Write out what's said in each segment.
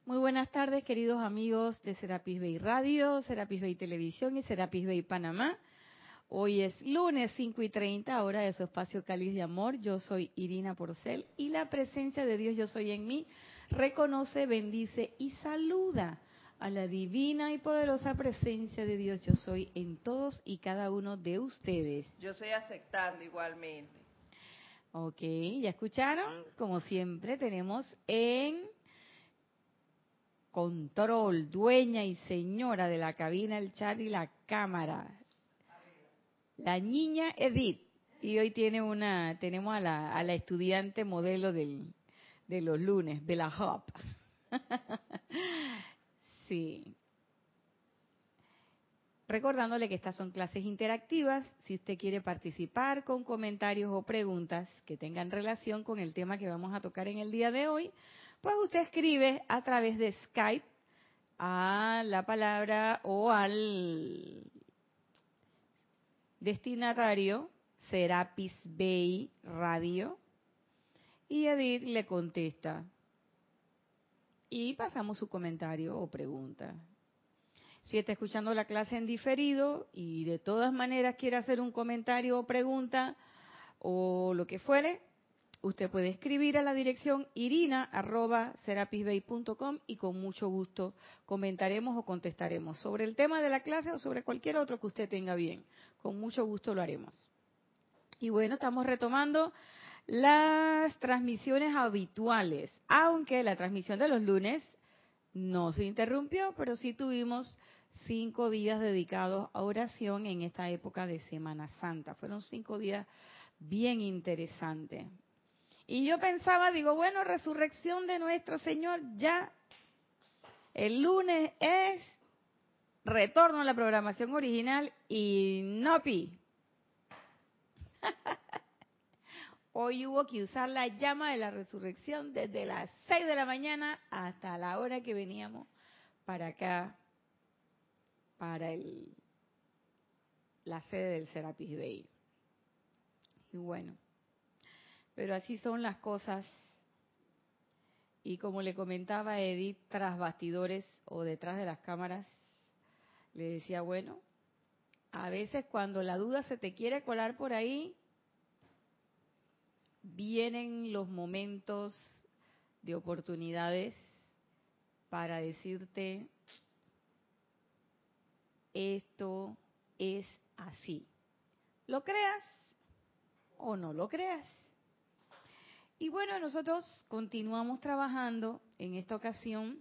Muy buenas tardes, queridos amigos de Serapis Bay Radio, Serapis Bay Televisión y Serapis Bay Panamá. Hoy es lunes 5:30, hora de su espacio Cáliz de Amor. Yo soy Irina Porcel y la presencia de Dios Yo Soy en mí reconoce, bendice y saluda a la divina y poderosa presencia de Dios Yo Soy en todos y cada uno de ustedes. Yo estoy aceptando igualmente. Ok, ¿ya escucharon? Como siempre tenemos en control, dueña y señora de la cabina, el chat y la cámara, la niña Edith. Y hoy tenemos a la estudiante modelo de los lunes, Bella Hop. Sí. Recordándole que estas son clases interactivas. Si usted quiere participar con comentarios o preguntas que tengan relación con el tema que vamos a tocar en el día de hoy, pues usted escribe a través de Skype a la palabra o al destinatario Serapis Bay Radio y Edith le contesta y pasamos su comentario o pregunta. Si está escuchando la clase en diferido y de todas maneras quiere hacer un comentario o pregunta o lo que fuere, usted puede escribir a la dirección irina@serapisbay.com y con mucho gusto comentaremos o contestaremos sobre el tema de la clase o sobre cualquier otro que usted tenga bien. Con mucho gusto lo haremos. Y bueno, estamos retomando las transmisiones habituales, aunque la transmisión de los lunes no se interrumpió, pero sí tuvimos 5 días dedicados a oración en esta época de Semana Santa. Fueron 5 días bien interesantes. Y yo pensaba, digo, bueno, resurrección de nuestro Señor ya. El lunes es retorno a la programación original y no pi. Hoy hubo que usar la llama de la resurrección desde las 6 de la mañana hasta la hora que veníamos para acá, para la sede del Serapis Bay. Y bueno, pero así son las cosas. Y como le comentaba a Edith, tras bastidores o detrás de las cámaras, le decía, bueno, a veces cuando la duda se te quiere colar por ahí, vienen los momentos de oportunidades para decirte, esto es así. ¿Lo creas o no lo creas? Y bueno, nosotros continuamos trabajando en esta ocasión.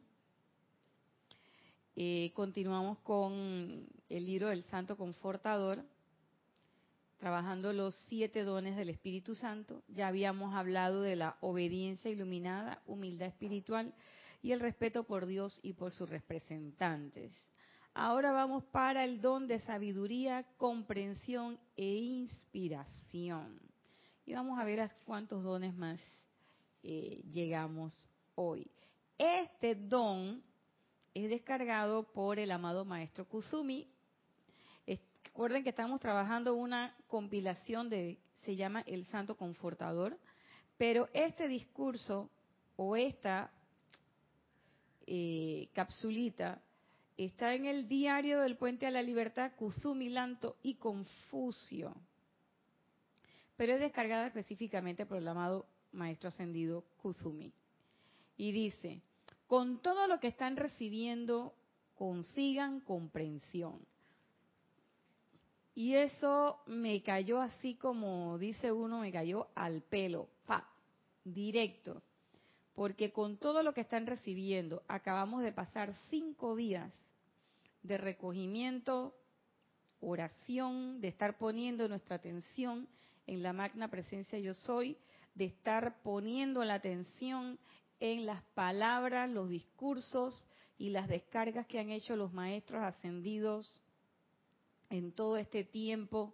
Continuamos con el libro del Santo Confortador, trabajando los 7 dones del Espíritu Santo. Ya habíamos hablado de la obediencia iluminada, humildad espiritual y el respeto por Dios y por sus representantes. Ahora vamos para el don de sabiduría, comprensión e inspiración. Y vamos a ver a cuántos dones más llegamos hoy. Este don es descargado por el amado Maestro Kusumi. Recuerden que estamos trabajando una compilación se llama El Santo Confortador, pero este discurso o esta capsulita está en el diario del Puente a la Libertad, Kusumi, Lanto y Confucio, pero es descargada específicamente por el amado Maestro Ascendido Kusumi. Y dice, con todo lo que están recibiendo, consigan comprensión. Y eso me cayó así como dice uno, me cayó al pelo, directo. Porque con todo lo que están recibiendo, acabamos de pasar 5 días de recogimiento, oración, de estar poniendo nuestra atención en la magna presencia Yo Soy, de estar poniendo la atención en las palabras, los discursos y las descargas que han hecho los maestros ascendidos en todo este tiempo.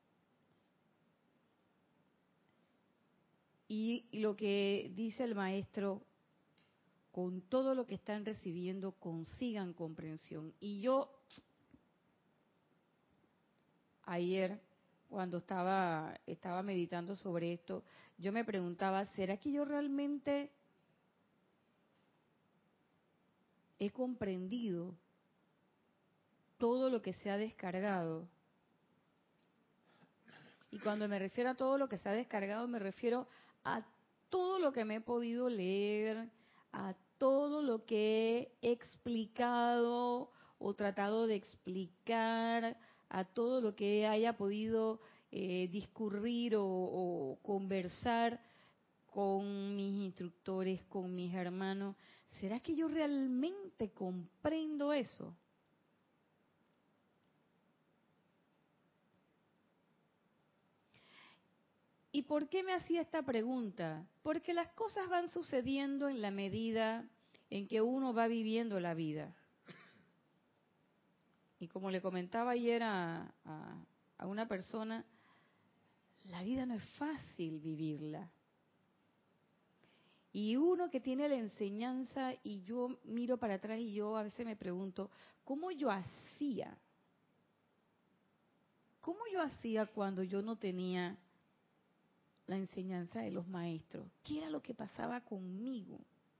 Y lo que dice el maestro, con todo lo que están recibiendo, consigan comprensión. Y yo, ayer, cuando estaba meditando sobre esto, yo me preguntaba, ¿será que yo realmente he comprendido todo lo que se ha descargado. Y cuando me refiero a todo lo que se ha descargado, me refiero a todo lo que me he podido leer, a todo lo que he explicado o tratado de explicar, a todo lo que haya podido discurrir o conversar con mis instructores, con mis hermanos. ¿Será que yo realmente comprendo eso? ¿Y por qué me hacía esta pregunta? Porque las cosas van sucediendo en la medida en que uno va viviendo la vida. Y como le comentaba ayer a una persona, la vida no es fácil vivirla. Y uno que tiene la enseñanza, y yo miro para atrás y yo a veces me pregunto, ¿cómo yo hacía? ¿Cómo yo hacía cuando yo no tenía la enseñanza de los maestros? ¿Qué era lo que pasaba conmigo?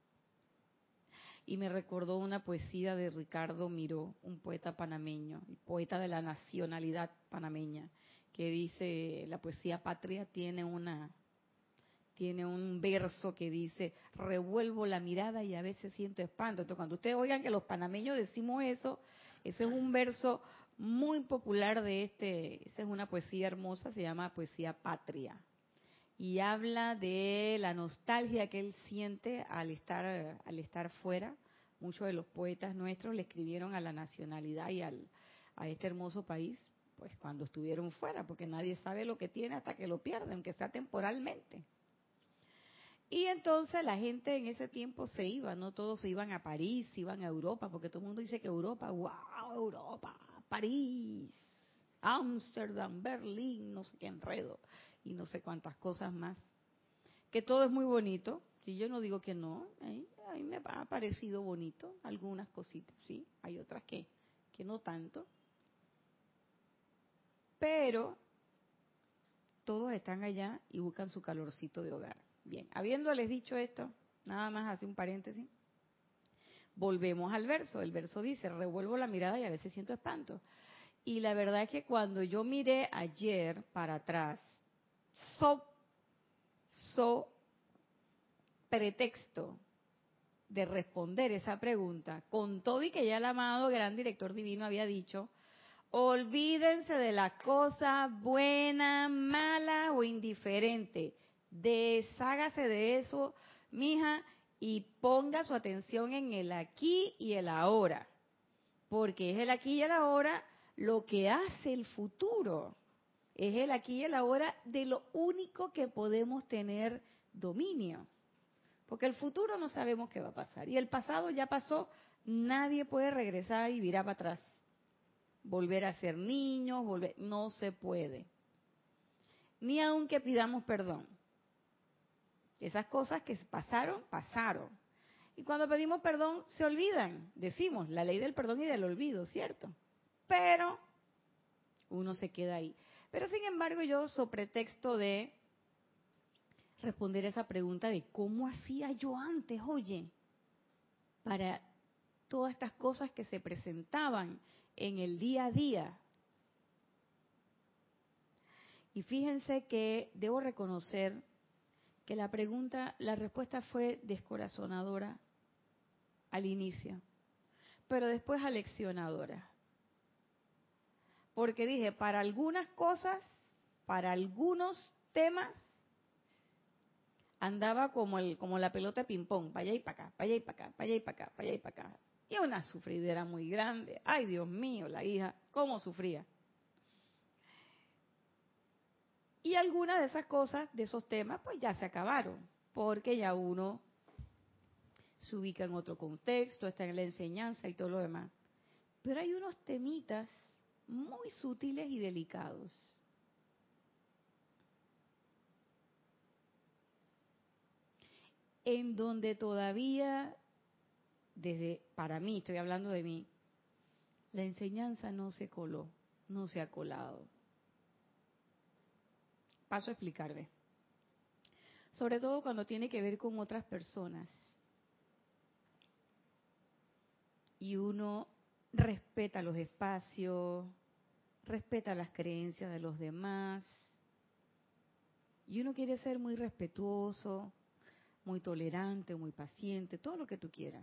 Y me recordó una poesía de Ricardo Miró, un poeta panameño, el poeta de la nacionalidad panameña, que dice, la poesía patria tiene un verso que dice, revuelvo la mirada y a veces siento espanto. Entonces, cuando ustedes oigan que los panameños decimos eso, ese es un verso muy popular esa es una poesía hermosa, se llama Poesía Patria. Y habla de la nostalgia que él siente al estar fuera. Muchos de los poetas nuestros le escribieron a la nacionalidad y a este hermoso país, pues cuando estuvieron fuera, porque nadie sabe lo que tiene hasta que lo pierde, aunque sea temporalmente. Y entonces la gente en ese tiempo se iba, no todos se iban a París, se iban a Europa, porque todo el mundo dice que Europa, wow, Europa, París, Ámsterdam, Berlín, no sé qué enredo, y no sé cuántas cosas más. Que todo es muy bonito, si yo no digo que no, a mí me ha parecido bonito, algunas cositas, sí, hay otras que no tanto. Pero todos están allá y buscan su calorcito de hogar. Bien, habiéndoles dicho esto, nada más hace un paréntesis, volvemos al verso. El verso dice, revuelvo la mirada y a veces siento espanto. Y la verdad es que cuando yo miré ayer para atrás, pretexto de responder esa pregunta, con todo y que ya el amado gran director divino había dicho, olvídense de las cosas buenas, malas o indiferentes. Deshágase de eso, mija, y ponga su atención en el aquí y el ahora. Porque es el aquí y el ahora lo que hace el futuro. Es el aquí y el ahora de lo único que podemos tener dominio. Porque el futuro no sabemos qué va a pasar. Y el pasado ya pasó, nadie puede regresar y virar para atrás. Volver a ser niños, no se puede. Ni aunque pidamos perdón. Esas cosas que pasaron, pasaron. Y cuando pedimos perdón, se olvidan. Decimos la ley del perdón y del olvido, ¿cierto? Pero uno se queda ahí. Pero sin embargo, yo, so pretexto de responder esa pregunta de cómo hacía yo antes, oye, para todas estas cosas que se presentaban en el día a día. Y fíjense que debo reconocer que la respuesta fue descorazonadora al inicio, pero después aleccionadora. Porque dije, para algunas cosas, para algunos temas, andaba como la pelota de ping-pong, para allá y para acá, para allá y para acá, para allá y para acá, para allá y para acá. Y una sufridera muy grande. Ay, Dios mío, la hija, cómo sufría. Y algunas de esas cosas, de esos temas, pues ya se acabaron, porque ya uno se ubica en otro contexto, está en la enseñanza y todo lo demás. Pero hay unos temitas muy sutiles y delicados. En donde todavía, para mí, estoy hablando de mí, la enseñanza no se coló, no se ha colado. Paso a explicarme. Sobre todo cuando tiene que ver con otras personas. y uno respeta los espacios, respeta las creencias de los demás, y uno quiere ser muy respetuoso, muy tolerante, muy paciente, todo lo que tú quieras.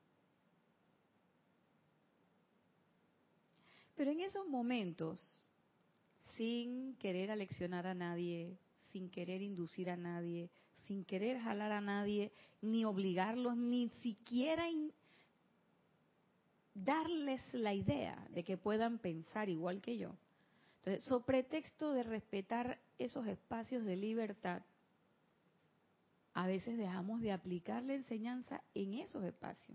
Pero en esos momentos, sin querer aleccionar a nadie, sin querer inducir a nadie, sin querer jalar a nadie, ni obligarlos, ni siquiera darles la idea de que puedan pensar igual que yo. Entonces, sobre pretexto de respetar esos espacios de libertad, a veces dejamos de aplicar la enseñanza en esos espacios.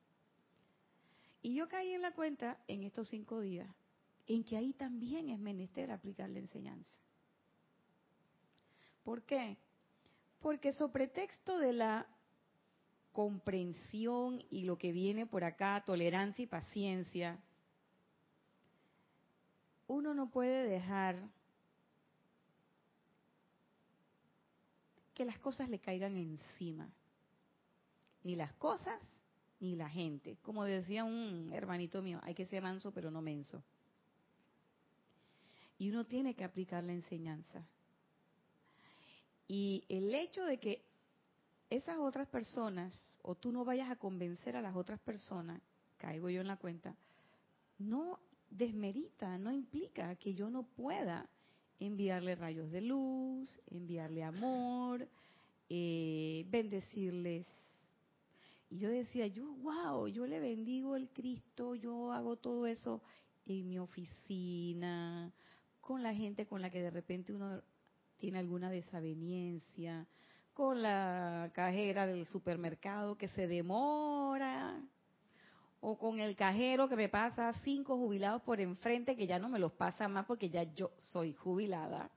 Y yo caí en la cuenta en estos 5 días en que ahí también es menester aplicar la enseñanza. ¿Por qué? Porque sobre pretexto de la comprensión y lo que viene por acá, tolerancia y paciencia, uno no puede dejar que las cosas le caigan encima. Ni las cosas, ni la gente. Como decía un hermanito mío, hay que ser manso pero no menso. Y uno tiene que aplicar la enseñanza. Y el hecho de que esas otras personas, o tú no vayas a convencer a las otras personas, caigo yo en la cuenta, no desmerita, no implica que yo no pueda enviarle rayos de luz, enviarle amor, bendecirles. Y yo decía, wow, yo le bendigo el Cristo, yo hago todo eso en mi oficina, con la gente con la que de repente uno tiene alguna desaveniencia, con la cajera del supermercado que se demora, o con el cajero que me pasa 5 jubilados por enfrente que ya no me los pasa más porque ya yo soy jubilada.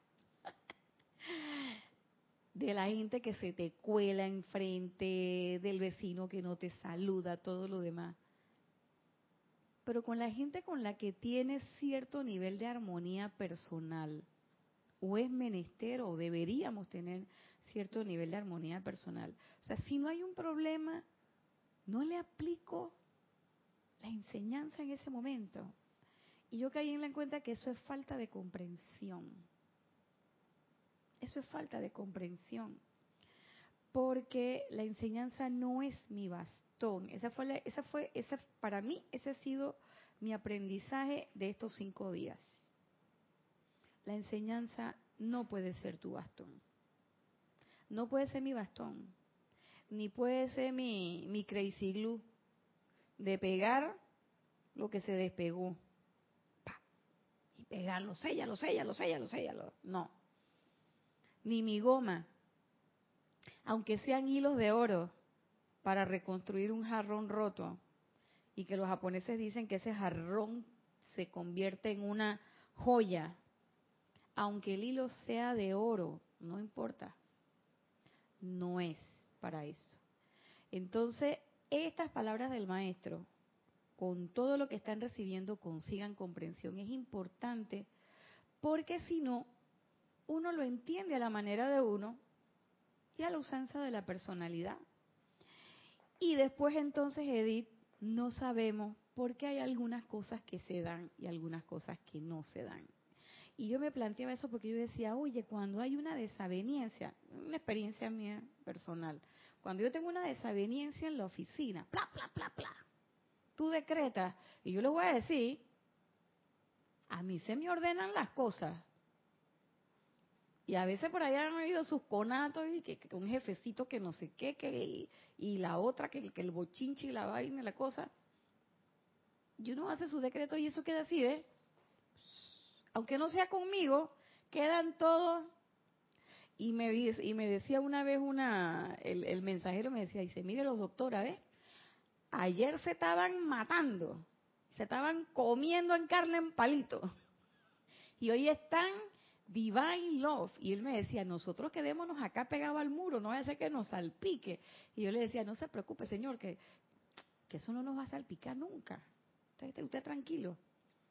De la gente que se te cuela enfrente, del vecino que no te saluda, todo lo demás. Pero con la gente con la que tienes cierto nivel de armonía personal, o es menester o deberíamos tener cierto nivel de armonía personal. O sea, si no hay un problema, no le aplico la enseñanza en ese momento. Y yo caí en la cuenta que eso es falta de comprensión. Eso es falta de comprensión. Porque la enseñanza no es mi bastón. Para mí, ese ha sido mi aprendizaje de estos 5 días. La enseñanza no puede ser tu bastón. No puede ser mi bastón. Ni puede ser mi crazy glue de pegar lo que se despegó. ¡Pah! Y pegarlo, séllalo. No. Ni mi goma, aunque sean hilos de oro, para reconstruir un jarrón roto. Y que los japoneses dicen que ese jarrón se convierte en una joya. Aunque el hilo sea de oro, no importa. No es para eso. Entonces, estas palabras del maestro, con todo lo que están recibiendo, consigan comprensión. Es importante porque si no, uno lo entiende a la manera de uno y a la usanza de la personalidad. Y después entonces, Edith, no sabemos por qué hay algunas cosas que se dan y algunas cosas que no se dan. Y yo me planteaba eso porque yo decía, oye, cuando hay una desaveniencia, una experiencia mía personal, cuando yo tengo una desaveniencia en la oficina, bla, bla, bla, bla, tú decretas, y yo les voy a decir, a mí se me ordenan las cosas. Y a veces por allá han habido sus conatos y que un jefecito que no sé qué, y la otra que el bochinche y la vaina y la cosa. Y uno hace su decreto y eso queda así, ¿ves? Aunque no sea conmigo, quedan todos. Y me decía una vez el mensajero me decía, dice, mire los doctores, ¿ves? Ayer se estaban matando, se estaban comiendo en carne en palito. Y hoy están Divine Love. Y él me decía, nosotros quedémonos acá pegados al muro, no vaya a ser que nos salpique. Y yo le decía, no se preocupe, señor, que eso no nos va a salpicar nunca. Usted tranquilo.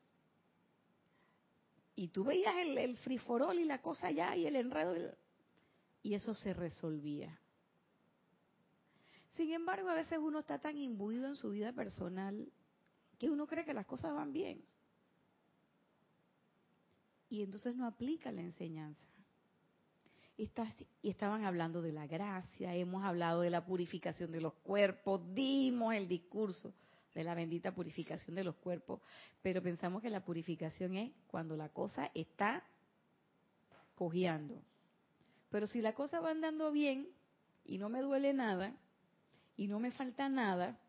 Y tú veías el friforol y la cosa allá y el enredo. Y eso se resolvía. Sin embargo, a veces uno está tan imbuido en su vida personal que uno cree que las cosas van bien. Y entonces no aplica la enseñanza. Y estaban hablando de la gracia, hemos hablado de la purificación de los cuerpos, dimos el discurso de la bendita purificación de los cuerpos, pero pensamos que la purificación es cuando la cosa está cojeando. Pero si la cosa va andando bien y no me duele nada y no me falta nada,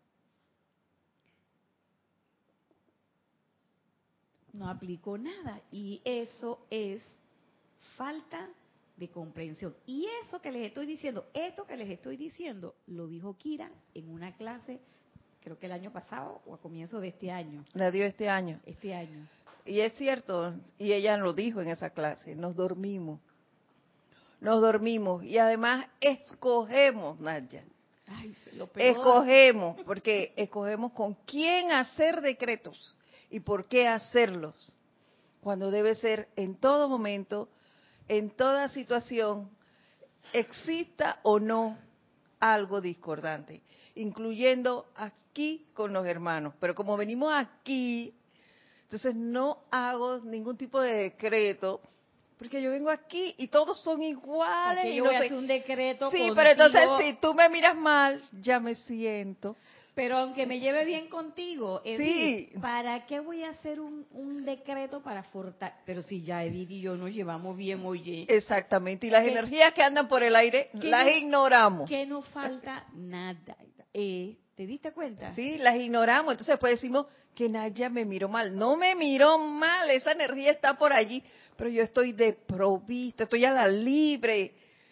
no aplico nada. Y eso es falta de comprensión. Y eso que les estoy diciendo, esto que les estoy diciendo, lo dijo Kira en una clase, creo que el año pasado o a comienzo de este año. La dio este año. Este año. Y es cierto, y ella lo dijo en esa clase, nos dormimos. Nos dormimos y además escogemos, Nadia. Ay, lo peor. Escogemos, porque escogemos con quién hacer decretos y por qué hacerlos, cuando debe ser en todo momento, en toda situación, exista o no algo discordante, incluyendo aquí con los hermanos. Pero como venimos aquí, entonces no hago ningún tipo de decreto, porque yo vengo aquí y todos son iguales. Aquí y yo no voy a sé. hacer un decreto Sí, contigo, pero entonces si tú me miras mal, ya me siento. pero aunque me lleve bien contigo, Edith, Sí. ¿para qué voy a hacer un decreto para fortalecer? Pero si ya Edith y yo nos llevamos bien, oye. Exactamente, y las ¿Qué? energías que andan por el aire las no, ignoramos. que no falta nada. ¿Te diste cuenta? Sí, las ignoramos. Entonces después decimos que Naya me miró mal. No me miró mal, esa energía está por allí, pero yo estoy desprovista, estoy a la libre.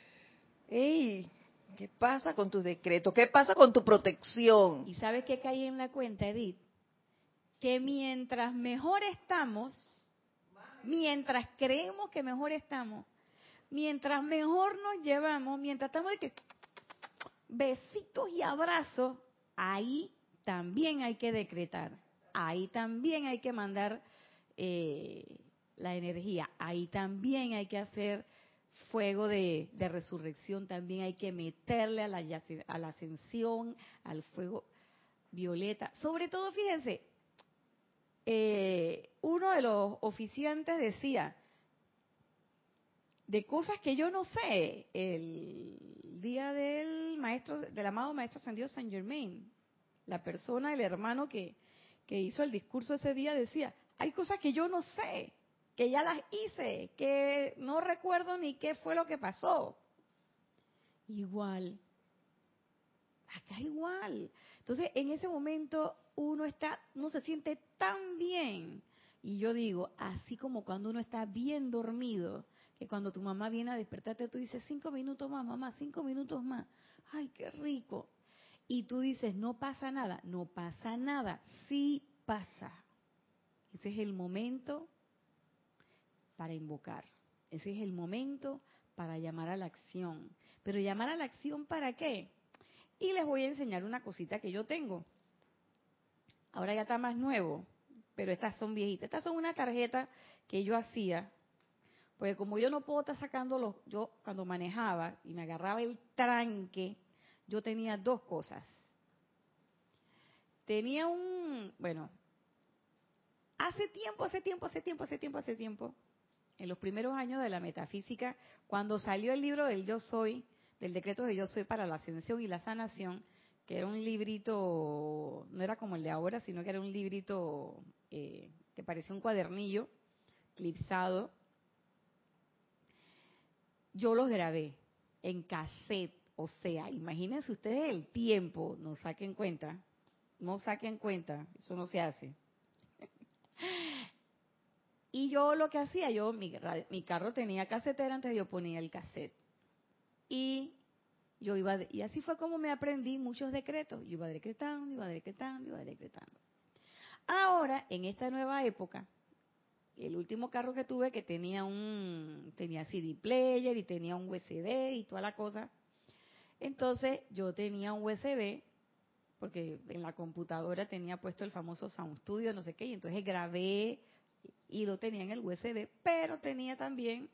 ¡Ey! ¿Qué pasa con tu decreto? ¿Qué pasa con tu protección? ¿Y sabes qué caí en la cuenta, Edith? Que mientras mejor estamos, mientras creemos que mejor estamos, mientras mejor nos llevamos, mientras estamos de que besitos y abrazos, ahí también hay que decretar, ahí también hay que mandar la energía, ahí también hay que hacer fuego de resurrección, también hay que meterle a la ascensión, al fuego violeta. Sobre todo, fíjense, uno de los oficiantes decía, de cosas que yo no sé, el día del maestro, del amado maestro ascendido Saint Germain, la persona, el hermano que hizo el discurso ese día decía, hay cosas que yo no sé, que ya las hice, que no recuerdo ni qué fue lo que pasó. Igual, acá igual. Entonces, en ese momento uno se siente tan bien. Y yo digo, así como cuando uno está bien dormido, que cuando tu mamá viene a despertarte, tú dices, 5 minutos más, mamá, 5 minutos más. Ay, qué rico. Y tú dices, no pasa nada. No pasa nada. Sí pasa. Ese es el momento para invocar. Ese es el momento para llamar a la acción. Pero llamar a la acción, ¿para qué? Y les voy a enseñar una cosita que yo tengo. Ahora ya está más nuevo, pero estas son viejitas. Estas son una tarjeta que yo hacía, porque como yo no puedo estar sacando yo cuando manejaba y me agarraba el tranque, yo tenía dos cosas. Tenía hace tiempo, en los primeros años de la metafísica, cuando salió el libro del Yo Soy, del decreto de Yo Soy para la ascensión y la sanación, que era un librito, no era como el de ahora, sino que era un librito que parecía un cuadernillo, clipsado. Yo los grabé en cassette, o sea, imagínense ustedes el tiempo, no saquen cuenta, eso no se hace. Y yo lo que hacía, mi carro tenía casetera, entonces yo ponía el cassette. Y y así fue como me aprendí muchos decretos. Yo iba decretando. Ahora, en esta nueva época, el último carro que tuve que tenía CD player y tenía un USB y toda la cosa. Entonces, yo tenía un USB porque en la computadora tenía puesto el famoso Sound Studio, no sé qué, y entonces grabé y lo tenía en el USB, pero tenía también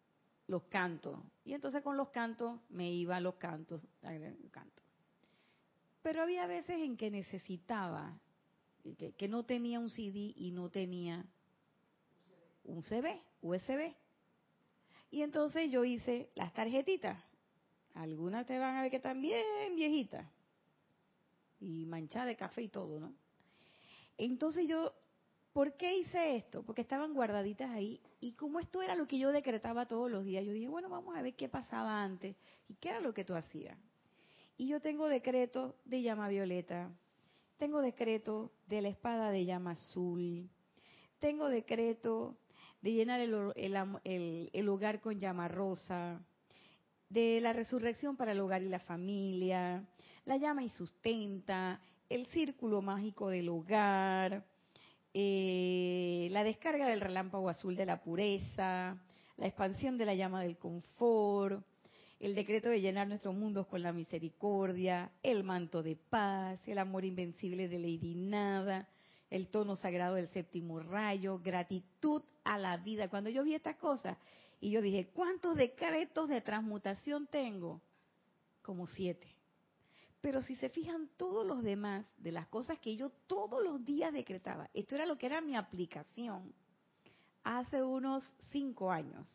los cantos. Y entonces con los cantos me iba a los cantos. pero había veces en que necesitaba, que no tenía un CD y no tenía un USB. Y entonces yo hice las tarjetitas. Algunas te van a ver que están bien viejitas y manchadas de café y todo, ¿no? Entonces yo, ¿por qué hice esto? Porque estaban guardaditas ahí y como esto era lo que yo decretaba todos los días, yo dije, bueno, vamos a ver qué pasaba antes y qué era lo que tú hacías. Y yo tengo decretos de llama violeta, tengo decretos de la espada de llama azul, tengo decreto de llenar el hogar con llama rosa, de la resurrección para el hogar y la familia, la llama y sustenta, el círculo mágico del hogar, la descarga del relámpago azul de la pureza, la expansión de la llama del confort, el decreto de llenar nuestros mundos con la misericordia, el manto de paz, el amor invencible de Lady Nada, el tono sagrado del séptimo rayo, gratitud a la vida. Cuando yo vi estas cosas y yo dije, ¿cuántos decretos de transmutación tengo? Como 7. Pero si se fijan todos los demás de las cosas que yo todos los días decretaba, esto era lo que era mi aplicación hace unos 5 años.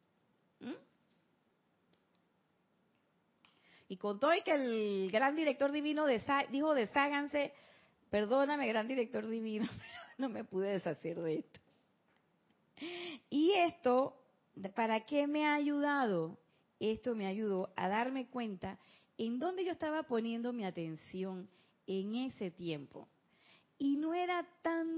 Y con todo y que el gran director divino dijo, desháganse, perdóname, gran director divino, no me pude deshacer de esto. Y esto, ¿para qué me ha ayudado? Esto me ayudó a darme cuenta en dónde yo estaba poniendo mi atención en ese tiempo. Y no era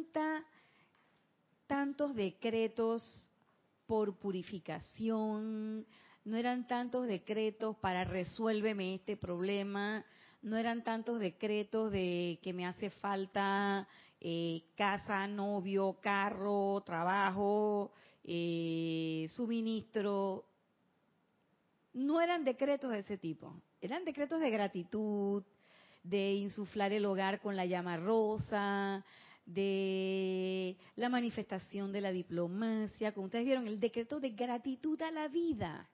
tantos decretos por purificación, no eran tantos decretos para resuélveme este problema, no eran tantos decretos de que me hace falta casa, novio, carro, trabajo, suministro. No eran decretos de ese tipo, eran decretos de gratitud, de insuflar el hogar con la llama rosa, de la manifestación de la diplomacia, como ustedes vieron, el decreto de gratitud a la vida.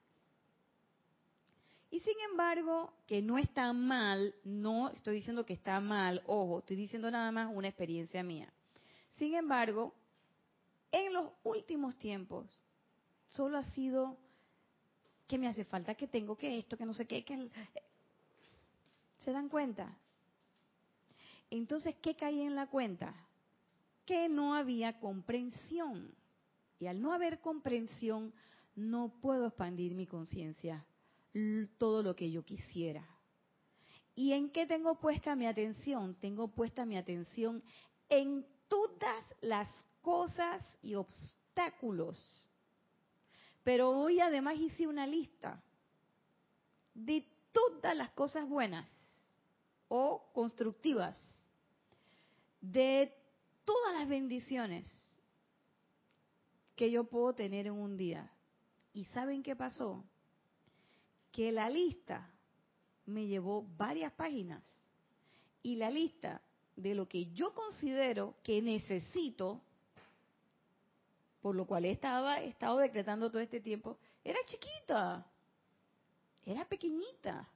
Y sin embargo, que no está mal, no estoy diciendo que está mal, ojo, estoy diciendo nada más una experiencia mía. Sin embargo, en los últimos tiempos, solo ha sido que me hace falta, que tengo, que esto, que no sé qué, que... ¿Se dan cuenta? Entonces, ¿qué caí en la cuenta? Que no había comprensión. Y al no haber comprensión, no puedo expandir mi conciencia todo lo que yo quisiera. ¿Y en qué tengo puesta mi atención? Tengo puesta mi atención en todas las cosas y obstáculos. Pero hoy además hice una lista de todas las cosas buenas o constructivas, de todas las bendiciones que yo puedo tener en un día. ¿Y saben qué pasó? Que la lista me llevó varias páginas y la lista de lo que yo considero que necesito, por lo cual he estado decretando todo este tiempo, era chiquita, era pequeñita.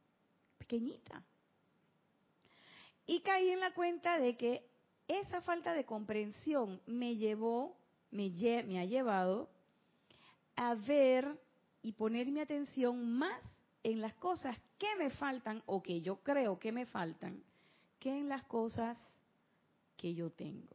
Y caí en la cuenta de que esa falta de comprensión me ha llevado a ver y poner mi atención más en las cosas que me faltan o que yo creo que me faltan, que en las cosas que yo tengo.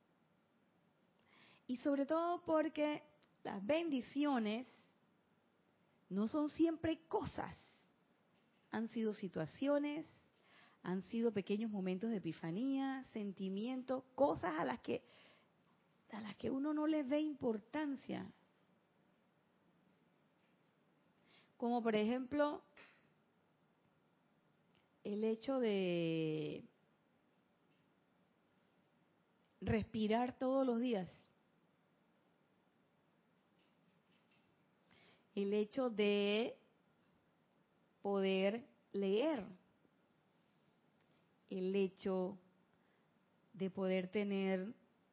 Y sobre todo porque las bendiciones no son siempre cosas, han sido situaciones, han sido pequeños momentos de epifanía, sentimientos, cosas a las que uno no les ve importancia. Como por ejemplo, el hecho de respirar todos los días. El hecho de poder leer. El hecho de poder tener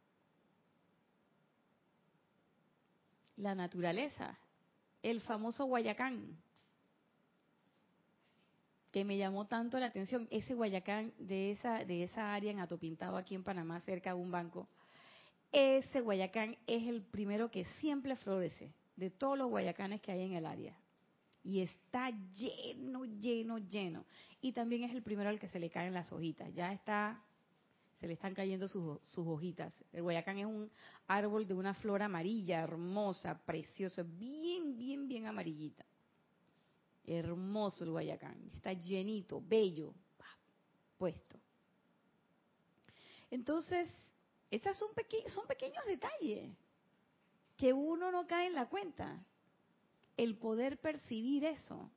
la naturaleza. El famoso Guayacán, que me llamó tanto la atención, ese Guayacán de esa área en Atopintado, aquí en Panamá, cerca de un banco. Ese Guayacán es el primero que siempre florece, de todos los guayacanes que hay en el área. Y está lleno, lleno, lleno. Y también es el primero al que se le caen las hojitas. Se le están cayendo sus hojitas. El guayacán es un árbol de una flor amarilla, hermosa, preciosa, bien, bien, bien amarillita. Hermoso el guayacán. Está llenito, bello, puesto. Entonces, estos son pequeños detalles que uno no cae en la cuenta. El poder percibir eso.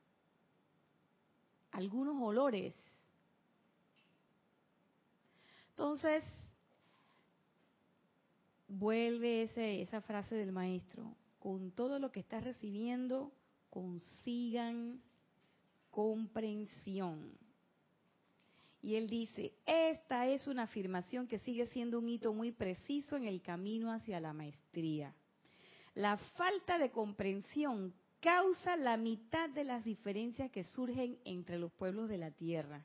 Algunos olores. Entonces, vuelve esa frase del maestro. Con todo lo que estás recibiendo, consigan comprensión. Y él dice, esta es una afirmación que sigue siendo un hito muy preciso en el camino hacia la maestría. La falta de comprensión causa la mitad de las diferencias que surgen entre los pueblos de la tierra.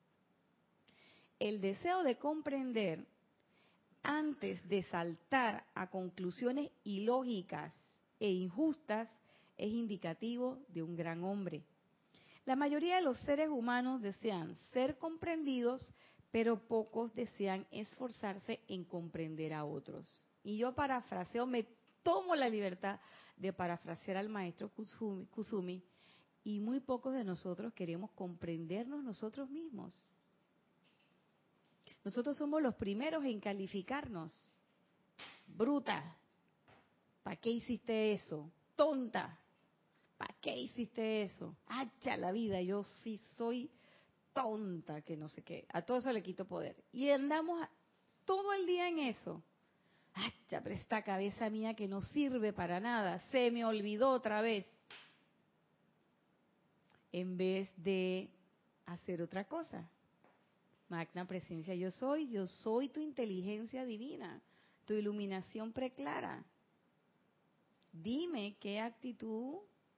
El deseo de comprender antes de saltar a conclusiones ilógicas e injustas es indicativo de un gran hombre. La mayoría de los seres humanos desean ser comprendidos, pero pocos desean esforzarse en comprender a otros. Y yo parafraseo, me tomo la libertad de parafrasear al maestro Kusumi, y muy pocos de nosotros queremos comprendernos nosotros mismos. Nosotros somos los primeros en calificarnos. Bruta, ¿para qué hiciste eso? Tonta, ¿para qué hiciste eso? Hacha la vida, yo sí soy tonta, que no sé qué. A todo eso le quito poder. Y andamos todo el día en eso. Hacha, pero esta cabeza mía que no sirve para nada, se me olvidó otra vez. En vez de hacer otra cosa. Magna presencia, yo soy tu inteligencia divina, tu iluminación preclara. Dime qué actitud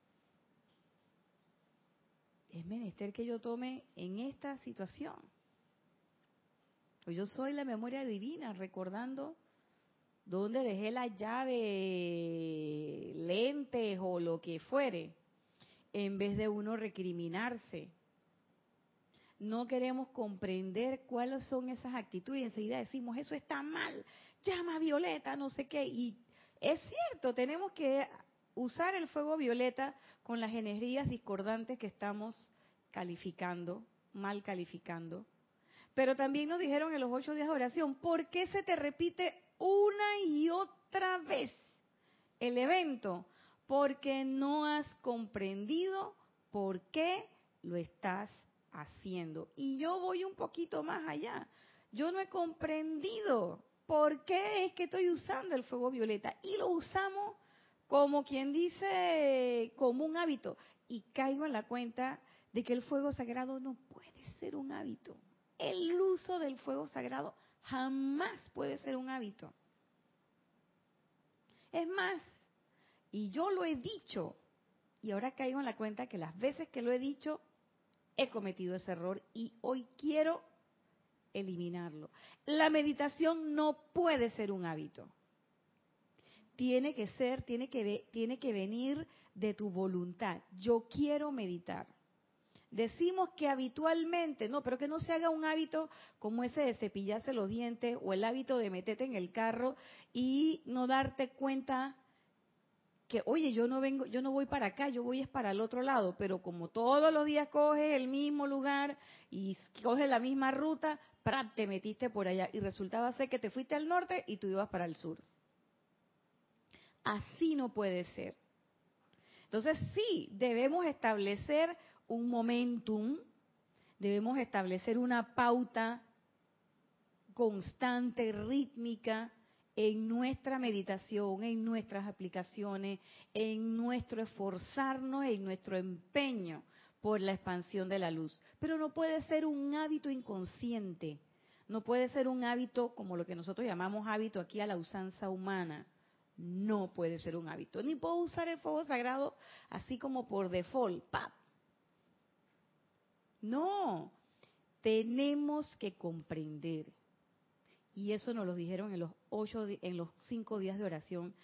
es menester que yo tome en esta situación. Pues yo soy la memoria divina, recordando dónde dejé la llave, lentes o lo que fuere, en vez de uno recriminarse. No queremos comprender cuáles son esas actitudes y enseguida decimos, eso está mal, llama violeta, no sé qué. Y es cierto, tenemos que usar el fuego violeta con las energías discordantes que estamos calificando, mal calificando. Pero también nos dijeron en los 8 días de oración, ¿por qué se te repite una y otra vez el evento? Porque no has comprendido por qué lo estás haciendo. Y yo voy un poquito más allá. Yo no he comprendido por qué es que estoy usando el fuego violeta. Y lo usamos como quien dice, como un hábito. Y caigo en la cuenta de que el fuego sagrado no puede ser un hábito. El uso del fuego sagrado jamás puede ser un hábito. Es más, y yo lo he dicho, y ahora caigo en la cuenta que las veces que lo he dicho, he cometido ese error y hoy quiero eliminarlo. La meditación no puede ser un hábito. Tiene que venir de tu voluntad. Yo quiero meditar. Decimos que habitualmente, no, pero que no se haga un hábito como ese de cepillarse los dientes o el hábito de meterte en el carro y no darte cuenta que, oye, yo no voy para acá, yo voy es para el otro lado, pero como todos los días coges el mismo lugar y coges la misma ruta, te metiste por allá y resultaba ser que te fuiste al norte y tú ibas para el sur. Así no puede ser. Entonces sí, debemos establecer un momentum, debemos establecer una pauta constante, rítmica, en nuestra meditación, en nuestras aplicaciones, en nuestro esforzarnos, en nuestro empeño por la expansión de la luz. Pero no puede ser un hábito inconsciente, no puede ser un hábito como lo que nosotros llamamos hábito aquí a la usanza humana. No puede ser un hábito. Ni puedo usar el fuego sagrado así como por default. ¡Pap! No, tenemos que comprender. Y eso nos lo dijeron en los 5 días de oración.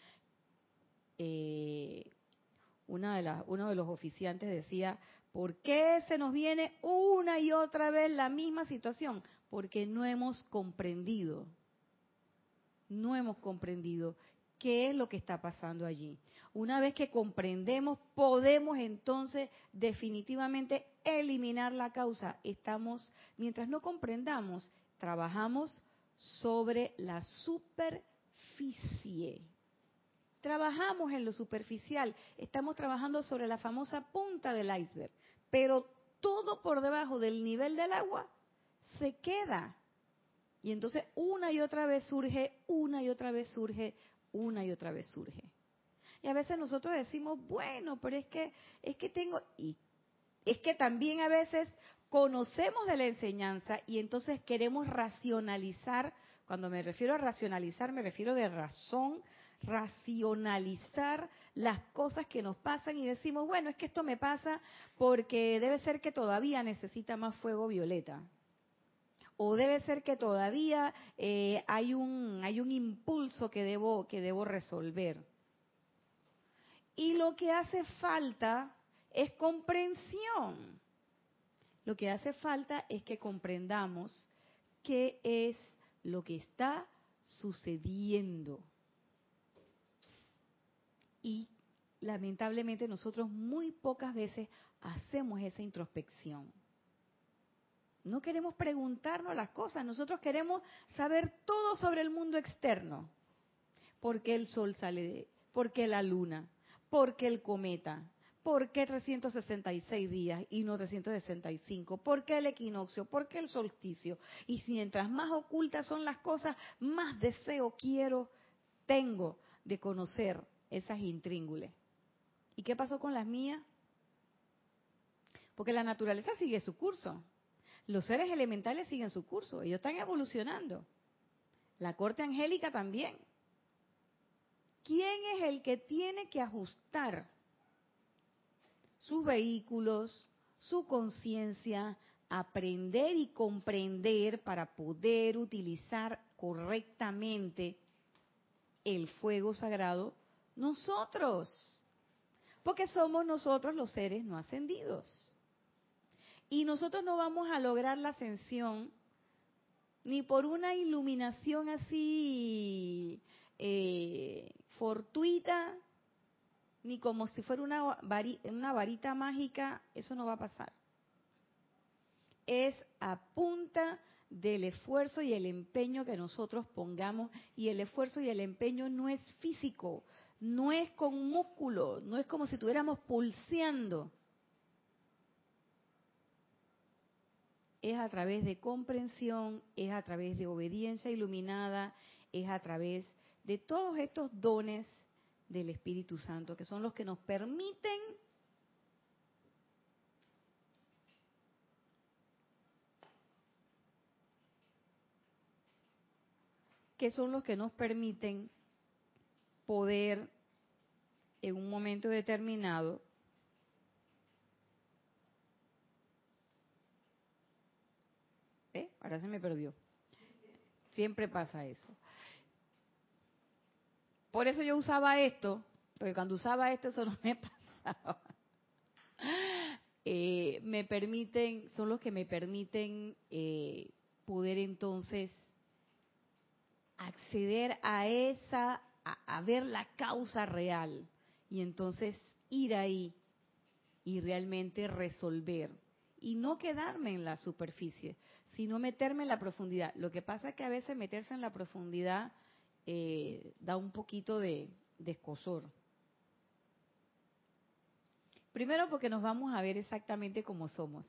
Uno de los oficiantes decía, ¿por qué se nos viene una y otra vez la misma situación? Porque no hemos comprendido. No hemos comprendido qué es lo que está pasando allí. Una vez que comprendemos, podemos entonces definitivamente eliminar la causa. Mientras no comprendamos, trabajamos sobre la superficie. Trabajamos en lo superficial, estamos trabajando sobre la famosa punta del iceberg, pero todo por debajo del nivel del agua se queda. Y entonces una y otra vez surge, una y otra vez surge, una y otra vez surge. Y a veces nosotros decimos, bueno, pero es que tengo, y es que también a veces conocemos de la enseñanza y entonces queremos racionalizar. Cuando me refiero a racionalizar, me refiero de razón, racionalizar las cosas que nos pasan y decimos, bueno, es que esto me pasa porque debe ser que todavía necesita más fuego violeta. O debe ser que todavía hay un impulso que debo resolver. Y lo que hace falta es comprensión. Lo que hace falta es que comprendamos qué es lo que está sucediendo. Y lamentablemente nosotros muy pocas veces hacemos esa introspección. No queremos preguntarnos las cosas, nosotros queremos saber todo sobre el mundo externo. ¿Por qué el sol sale? ¿Por qué la luna? ¿Por qué el cometa? ¿Por qué 366 días y no 365? ¿Por qué el equinoccio? ¿Por qué el solsticio? Y mientras más ocultas son las cosas, más deseo tengo de conocer esas intríngules. ¿Y qué pasó con las mías? Porque la naturaleza sigue su curso. Los seres elementales siguen su curso, ellos están evolucionando. La corte angélica también. ¿Quién es el que tiene que ajustar sus vehículos, su conciencia, aprender y comprender para poder utilizar correctamente el fuego sagrado? Nosotros. Porque somos nosotros los seres no ascendidos. Y nosotros no vamos a lograr la ascensión ni por una iluminación así fortuita, ni como si fuera una varita mágica. Eso no va a pasar. Es a punta del esfuerzo y el empeño que nosotros pongamos, y el esfuerzo y el empeño no es físico, no es con músculo, no es como si estuviéramos pulseando. Es a través de comprensión, es a través de obediencia iluminada, es a través de todos estos dones del Espíritu Santo, que son los que nos permiten poder en un momento determinado ahora se me perdió. Siempre pasa eso. Por eso yo usaba esto, porque cuando usaba esto eso no me pasaba. Son los que me permiten poder entonces acceder a ver la causa real y entonces ir ahí y realmente resolver. Y no quedarme en la superficie, sino meterme en la profundidad. Lo que pasa es que a veces meterse en la profundidad da un poquito de escozor. Primero porque nos vamos a ver exactamente como somos.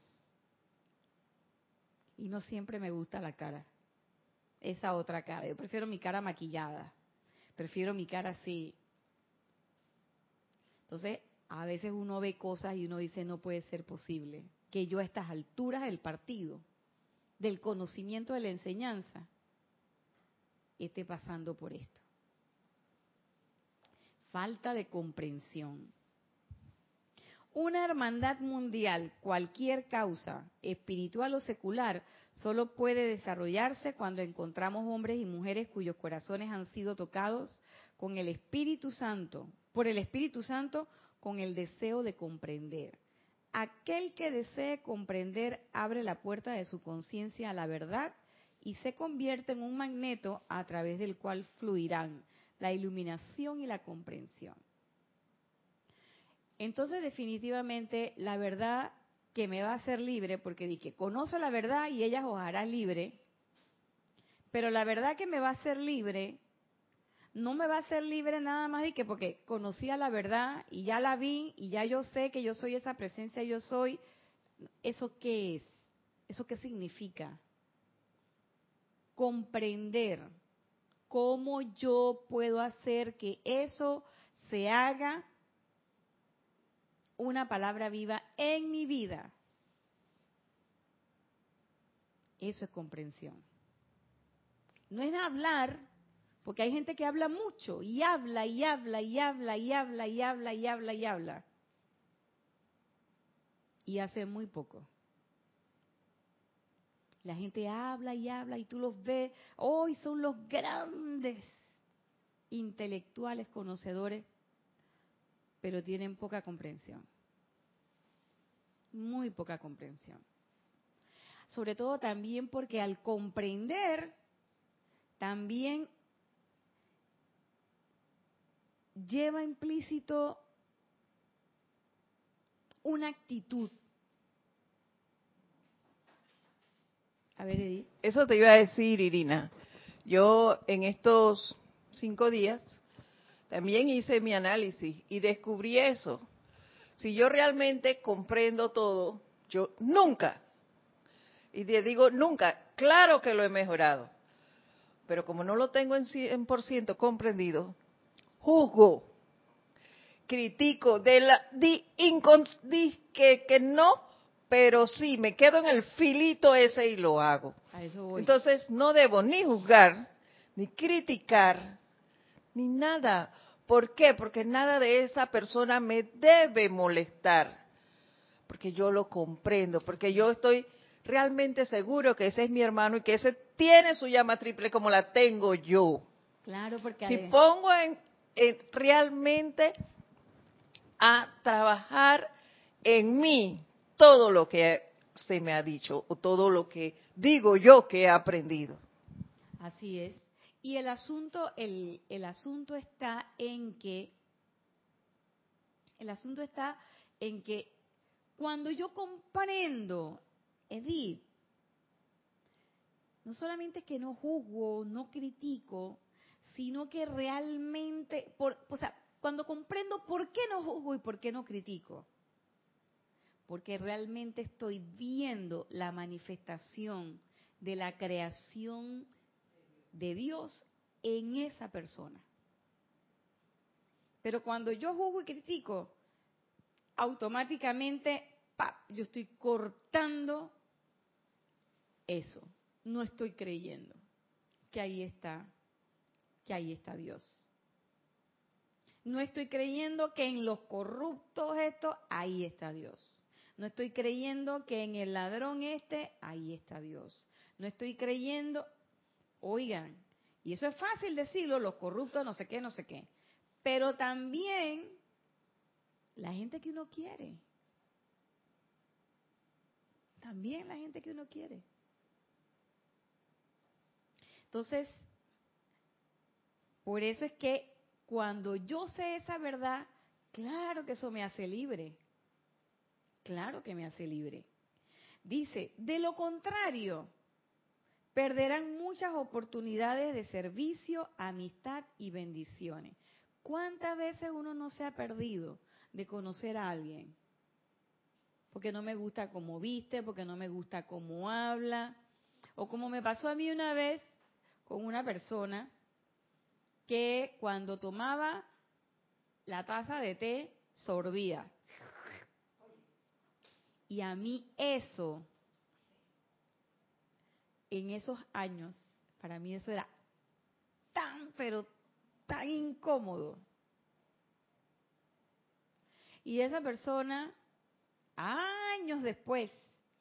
Y no siempre me gusta la cara. Esa otra cara. Yo prefiero mi cara maquillada. Prefiero mi cara así. Entonces, a veces uno ve cosas y uno dice, no puede ser posible que yo a estas alturas del partido, del conocimiento de la enseñanza, esté pasando por esto. Falta de comprensión. Una hermandad mundial, cualquier causa, espiritual o secular, solo puede desarrollarse cuando encontramos hombres y mujeres cuyos corazones han sido tocados con el Espíritu Santo, por el Espíritu Santo, con el deseo de comprender. Aquel que desee comprender abre la puerta de su conciencia a la verdad y se convierte en un magneto a través del cual fluirán la iluminación y la comprensión. Entonces, definitivamente, la verdad que me va a hacer libre, porque dije, conoce la verdad y ella os hará libre, pero la verdad que me va a hacer libre, no me va a hacer libre nada más de que porque conocía la verdad y ya la vi y ya yo sé que yo soy esa presencia, yo soy. ¿Eso qué es? ¿Eso qué significa? Comprender cómo yo puedo hacer que eso se haga una palabra viva en mi vida. Eso es comprensión. No es hablar, porque hay gente que habla mucho y habla y habla y habla y habla y habla y habla y habla. Y hace muy poco. La gente habla y habla y tú los ves. Hoy son los grandes intelectuales conocedores, pero tienen poca comprensión. Muy poca comprensión. Sobre todo también porque al comprender, también lleva implícito una actitud. A ver, Edith. Eso te iba a decir, Irina. Yo en estos 5 días también hice mi análisis y descubrí eso. Si yo realmente comprendo todo, yo nunca, y te digo nunca, claro que lo he mejorado, pero como no lo tengo en 100% comprendido, juzgo, critico, que no, pero sí, me quedo en el filito ese y lo hago. A eso voy. Entonces no debo ni juzgar, ni criticar, ni nada. ¿Por qué? Porque nada de esa persona me debe molestar, porque yo lo comprendo, porque yo estoy realmente seguro que ese es mi hermano y que ese tiene su llama triple como la tengo yo. Claro, porque Si pongo en realmente a trabajar en mí todo lo que se me ha dicho o todo lo que digo yo que he aprendido. así es. Y el asunto está en que cuando yo comprendo, Edith, no solamente es que no juzgo, no critico, sino que realmente, cuando comprendo por qué no juzgo y por qué no critico, porque realmente estoy viendo la manifestación de la creación de Dios en esa persona. Pero cuando yo juzgo y critico, automáticamente, ¡pap!, yo estoy cortando eso. No estoy creyendo que ahí está Dios. No estoy creyendo que en los corruptos ahí está Dios. No estoy creyendo que en el ladrón ahí está Dios. No estoy creyendo, oigan, y eso es fácil decirlo, los corruptos no sé qué, no sé qué. Pero también la gente que uno quiere. También la gente que uno quiere. Entonces, por eso es que cuando yo sé esa verdad, claro que eso me hace libre. Claro que me hace libre. Dice, de lo contrario, perderán muchas oportunidades de servicio, amistad y bendiciones. ¿Cuántas veces uno no se ha perdido de conocer a alguien? Porque no me gusta cómo viste, porque no me gusta cómo habla. O como me pasó a mí una vez con una persona que cuando tomaba la taza de té, sorbía. Y a mí eso, en esos años, para mí eso era pero tan incómodo. Y esa persona años después,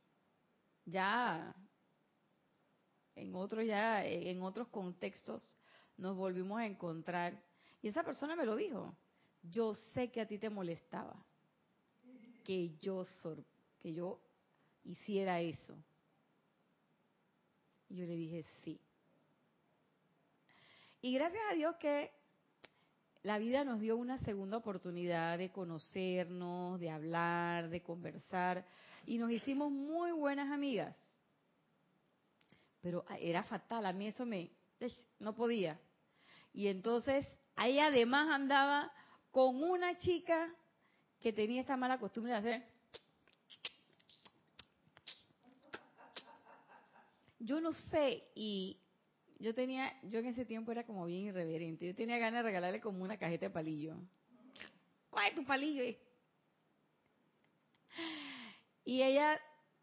ya en otros contextos, nos volvimos a encontrar. Y esa persona me lo dijo. Yo sé que a ti te molestaba que yo hiciera eso. Y yo le dije, sí. Y gracias a Dios que la vida nos dio una segunda oportunidad de conocernos, de hablar, de conversar, y nos hicimos muy buenas amigas. Pero era fatal, a mí eso no podía. Y entonces, ahí además andaba con una chica que tenía esta mala costumbre de hacer. Yo no sé, y yo en ese tiempo era como bien irreverente. Yo tenía ganas de regalarle como una cajeta de palillo. ¿Cuál es tu palillo? Y ella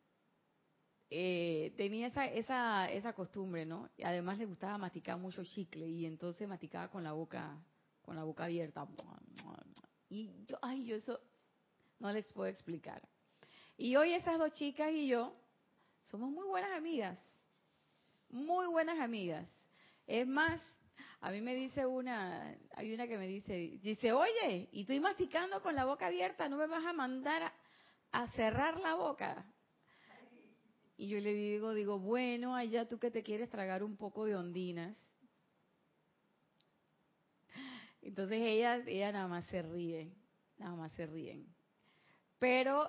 tenía esa costumbre, ¿no? Y además le gustaba masticar mucho chicle y entonces masticaba con la boca abierta. Y yo eso no les puedo explicar. Y hoy esas dos chicas y yo somos muy buenas amigas. Muy buenas amigas. Es más, a mí me dice hay una que me dice, oye, y estoy masticando con la boca abierta, ¿no me vas a mandar a cerrar la boca? Y yo le digo, bueno, allá tú que te quieres tragar un poco de ondinas. Entonces ella nada más se ríen. Pero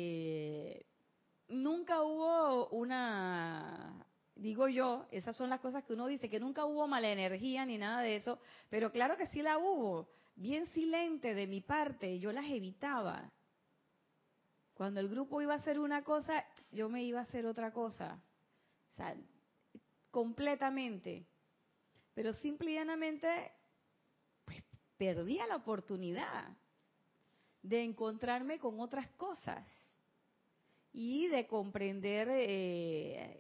nunca hubo digo yo, esas son las cosas que uno dice, que nunca hubo mala energía ni nada de eso, pero claro que sí la hubo, bien silente de mi parte, yo las evitaba. Cuando el grupo iba a hacer una cosa, yo me iba a hacer otra cosa. O sea, completamente. Pero simple y llanamente, pues perdía la oportunidad de encontrarme con otras cosas y de comprender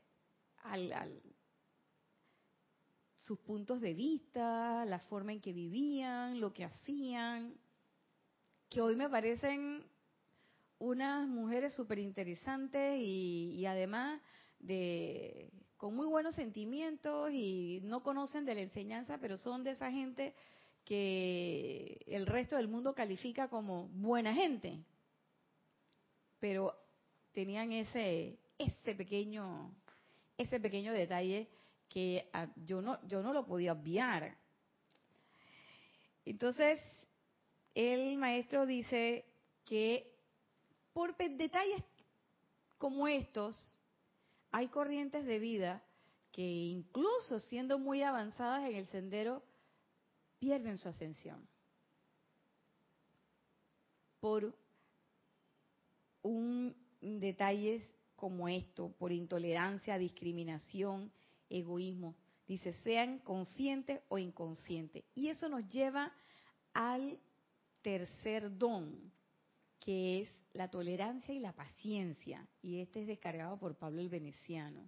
sus puntos de vista, la forma en que vivían, lo que hacían, que hoy me parecen unas mujeres súper interesantes y además con muy buenos sentimientos y no conocen de la enseñanza, pero son de esa gente que el resto del mundo califica como buena gente. Pero tenían ese pequeño detalle que yo no lo podía obviar. Entonces, el maestro dice que por detalles como estos, hay corrientes de vida que incluso siendo muy avanzadas en el sendero, pierden su ascensión. Por detalles como esto, por intolerancia, discriminación, egoísmo. Dice, sean conscientes o inconscientes. Y eso nos lleva al tercer don, que es la tolerancia y la paciencia. Y este es descargado por Pablo el Veneciano.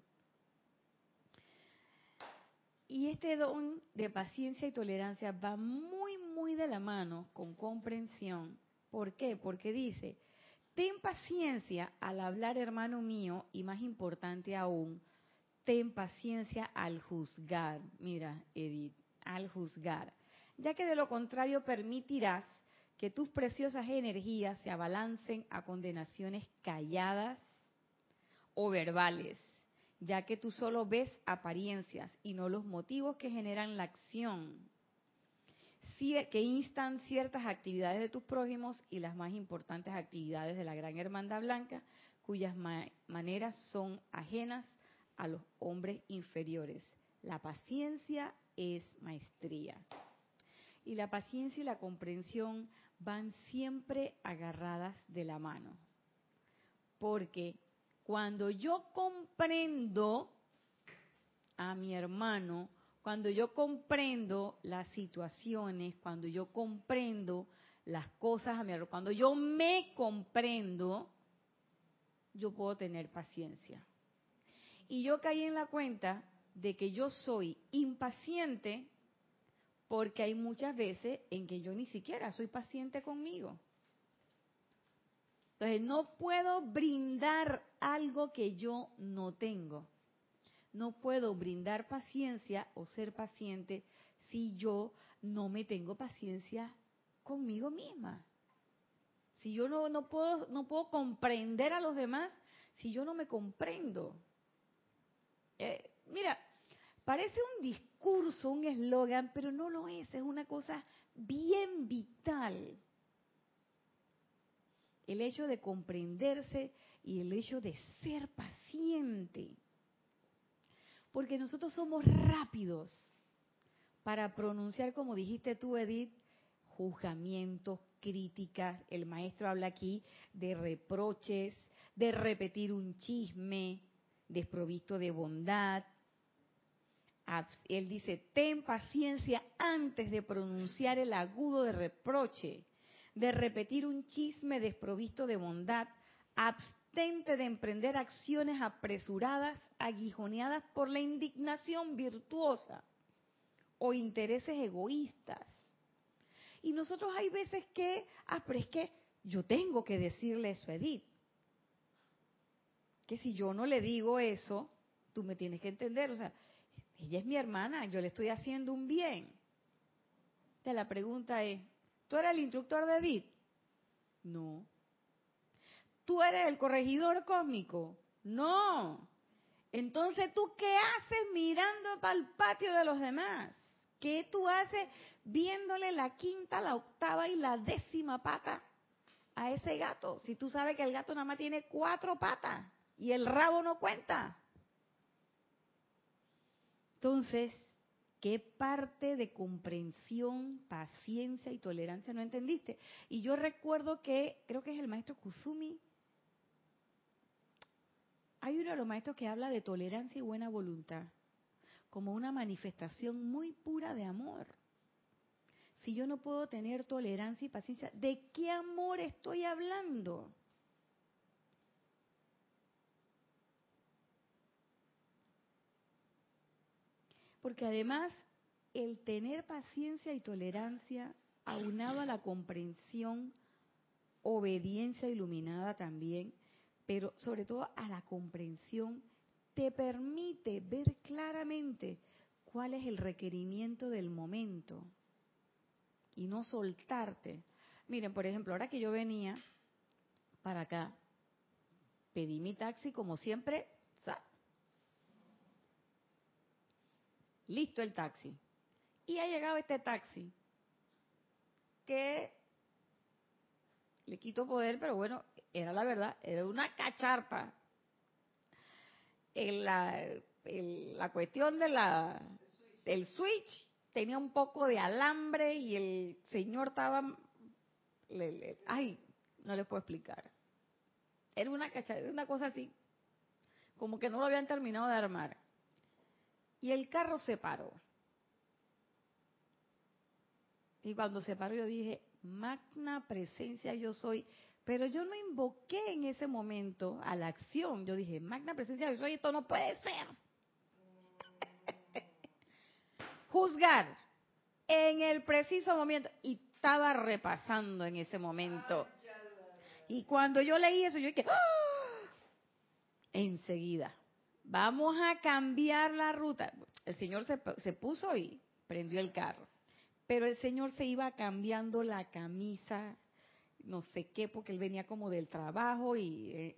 Y este don de paciencia y tolerancia va muy, muy de la mano con comprensión. ¿Por qué? Porque dice, ten paciencia al hablar, hermano mío, y más importante aún, ten paciencia al juzgar. Mira, Edith, al juzgar. Ya que de lo contrario permitirás que tus preciosas energías se abalancen a condenaciones calladas o verbales, ya que tú solo ves apariencias y no los motivos que generan la acción, que instan ciertas actividades de tus prójimos y las más importantes actividades de la Gran Hermandad Blanca, cuyas maneras son ajenas a los hombres inferiores. La paciencia es maestría. Y la paciencia y la comprensión van siempre agarradas de la mano. Porque cuando yo comprendo a mi hermano, cuando yo comprendo las situaciones, cuando yo comprendo las cosas a mi hermano, cuando yo me comprendo, yo puedo tener paciencia. Y yo caí en la cuenta de que yo soy impaciente porque hay muchas veces en que yo ni siquiera soy paciente conmigo. Entonces, no puedo brindar algo que yo no tengo. No puedo brindar paciencia o ser paciente si yo no me tengo paciencia conmigo misma. Si yo no puedo comprender a los demás, si yo no me comprendo. Mira, parece un discurso, un eslogan, pero no lo es una cosa bien vital. El hecho de comprenderse y el hecho de ser paciente. Porque nosotros somos rápidos para pronunciar, como dijiste tú, Edith, juzgamientos, críticas. El maestro habla aquí de reproches, de repetir un chisme, desprovisto de bondad. Él dice, ten paciencia antes de pronunciar el agudo de reproche, de repetir un chisme desprovisto de bondad. Abstente de emprender acciones apresuradas, aguijoneadas por la indignación virtuosa o intereses egoístas. Y nosotros hay veces que, pero es que yo tengo que decirle eso a Edith. Que si yo no le digo eso, tú me tienes que entender. O sea, ella es mi hermana, yo le estoy haciendo un bien. Entonces la pregunta es, ¿tú eres el instructor de Edith? No. ¿Tú eres el corregidor cósmico? No. Entonces, ¿tú qué haces mirando para el patio de los demás? ¿Qué tú haces viéndole la quinta, la octava y la 10ª pata a ese gato? Si tú sabes que el gato nada más tiene 4 patas y el rabo no cuenta. Entonces, ¿qué parte de comprensión, paciencia y tolerancia no entendiste? Y yo recuerdo que, creo que es el maestro Kusumi, hay uno de los maestros que habla de tolerancia y buena voluntad como una manifestación muy pura de amor. Si yo no puedo tener tolerancia y paciencia, ¿de qué amor estoy hablando? Porque además, el tener paciencia y tolerancia, aunado a la comprensión, obediencia iluminada también, pero sobre todo a la comprensión, te permite ver claramente cuál es el requerimiento del momento y no soltarte. Miren, por ejemplo, ahora que yo venía para acá, pedí mi taxi como siempre, listo el taxi. Y ha llegado este taxi que le quito poder, pero bueno, era la verdad, era una cacharpa. La cuestión del switch tenía un poco de alambre y el señor estaba, ay, no les puedo explicar. Era una cosa así, como que no lo habían terminado de armar. Y el carro se paró. Y cuando se paró yo dije, magna presencia yo soy. Pero yo no invoqué en ese momento a la acción. Yo dije, magna presencia yo soy, esto no puede ser. Juzgar en el preciso momento. Y estaba repasando en ese momento. Y cuando yo leí eso, yo dije, ¡ah! Enseguida, vamos a cambiar la ruta. El señor se puso y prendió el carro. Pero el señor se iba cambiando la camisa, no sé qué, porque él venía como del trabajo y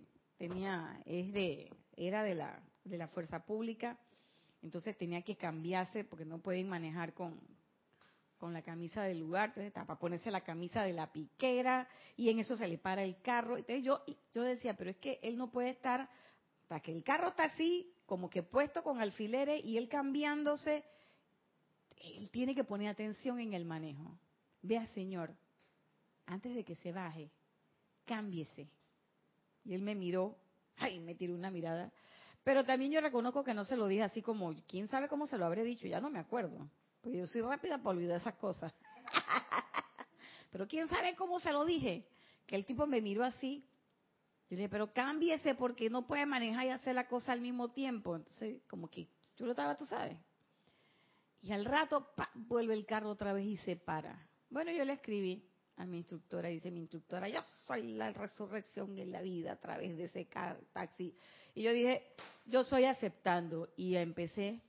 era de la fuerza pública, entonces tenía que cambiarse porque no pueden manejar con la camisa del lugar, entonces para ponerse la camisa de la piquera y en eso se le para el carro. Entonces yo decía, pero es que él no puede estar, para que el carro está así, como que puesto con alfileres y él cambiándose. Él tiene que poner atención en el manejo. Vea, señor, antes de que se baje, cámbiese. Y él me miró, ay, me tiró una mirada. Pero también yo reconozco que no se lo dije así como, quién sabe cómo se lo habré dicho, ya no me acuerdo. Pues yo soy rápida para olvidar esas cosas. Pero quién sabe cómo se lo dije. Que el tipo me miró así. Yo le dije, pero cámbiese porque no puede manejar y hacer la cosa al mismo tiempo. Entonces, como que yo lo estaba, tú sabes. Y al rato, ¡pam!, vuelve el carro otra vez y se para. Bueno, yo le escribí, a mi instructora, dice mi instructora, yo soy la resurrección en la vida a través de ese taxi. Y yo dije, yo soy aceptando. Y empecé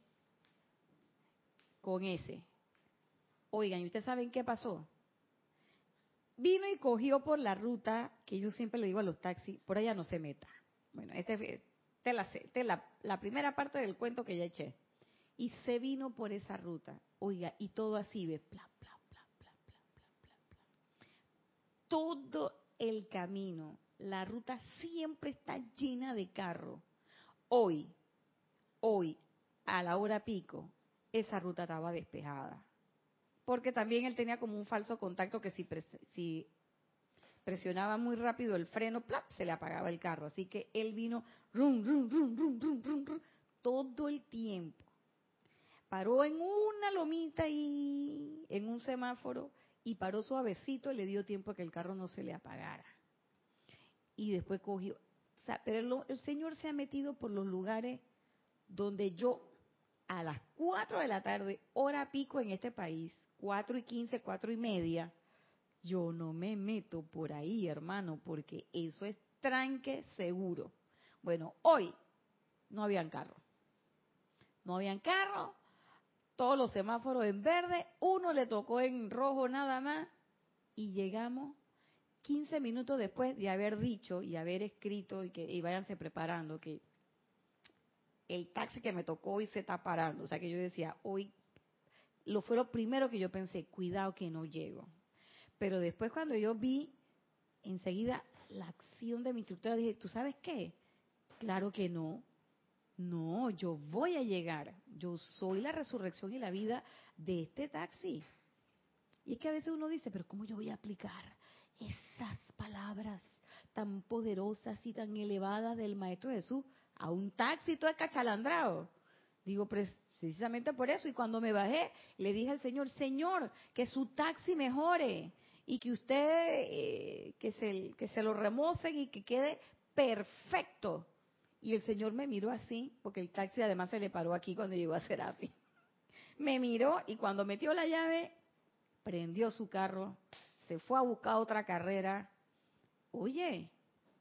con ese. Oigan, ¿y ustedes saben qué pasó? Vino y cogió por la ruta que yo siempre le digo a los taxis, por allá no se meta. Bueno, la primera parte del cuento que ya eché. Y se vino por esa ruta. Oiga, y todo así, ve, bla, bla, bla, bla, bla, bla, bla, bla. Todo el camino, la ruta siempre está llena de carros. Hoy, a la hora pico, esa ruta estaba despejada. Porque también él tenía como un falso contacto que si presionaba muy rápido el freno, ¡plap!, se le apagaba el carro. Así que él vino rum, rum, rum, rum, rum, rum, rum, todo el tiempo. Paró en una lomita y en un semáforo y paró suavecito, le dio tiempo a que el carro no se le apagara. Y después cogió. O sea, pero el Señor se ha metido por los lugares donde yo, a las 4 de la tarde, hora pico en este país, 4:15, 4:30, yo no me meto por ahí, hermano, porque eso es tranque seguro. Bueno, hoy no habían carro. No habían carro, todos los semáforos en verde, uno le tocó en rojo nada más, y llegamos 15 minutos después de haber dicho y haber escrito y váyanse preparando que el taxi que me tocó hoy se está parando. O sea que yo decía, hoy fue lo primero que yo pensé, cuidado que no llego. Pero después cuando yo vi enseguida la acción de mi instructora, dije, ¿tú sabes qué? Claro que no. No, yo voy a llegar. Yo soy la resurrección y la vida de este taxi. Y es que a veces uno dice, pero ¿cómo yo voy a aplicar esas palabras tan poderosas y tan elevadas del Maestro Jesús a un taxi todo escachalandrado? Digo, precisamente por eso. Y cuando me bajé, le dije al Señor, Señor, que su taxi mejore y que usted, que se lo remocen y que quede perfecto. Y el Señor me miró así, porque el taxi además se le paró aquí cuando llegó a Serapi. Me miró y cuando metió la llave, prendió su carro, se fue a buscar otra carrera. Oye,